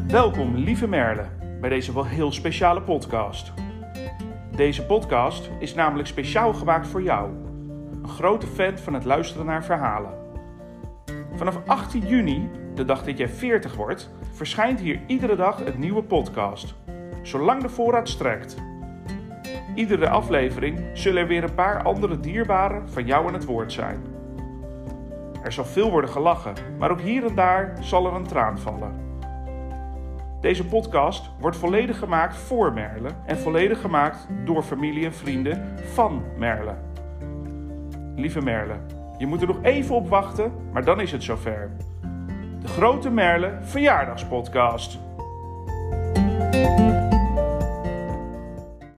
Welkom, lieve Merle, bij deze wel heel speciale podcast. Deze podcast is namelijk speciaal gemaakt voor jou, een grote fan van het luisteren naar verhalen. Vanaf 18 juni, de dag dat jij 40 wordt, verschijnt hier iedere dag een nieuwe podcast, zolang de voorraad strekt. Iedere aflevering zullen er weer een paar andere dierbaren van jou aan het woord zijn. Er zal veel worden gelachen, maar ook hier en daar zal er een traan vallen. Deze podcast wordt volledig gemaakt voor Merle en volledig gemaakt door familie en vrienden van Merle. Lieve Merle, je moet er nog even op wachten, maar dan is het zover. De Grote Merle Verjaardagspodcast.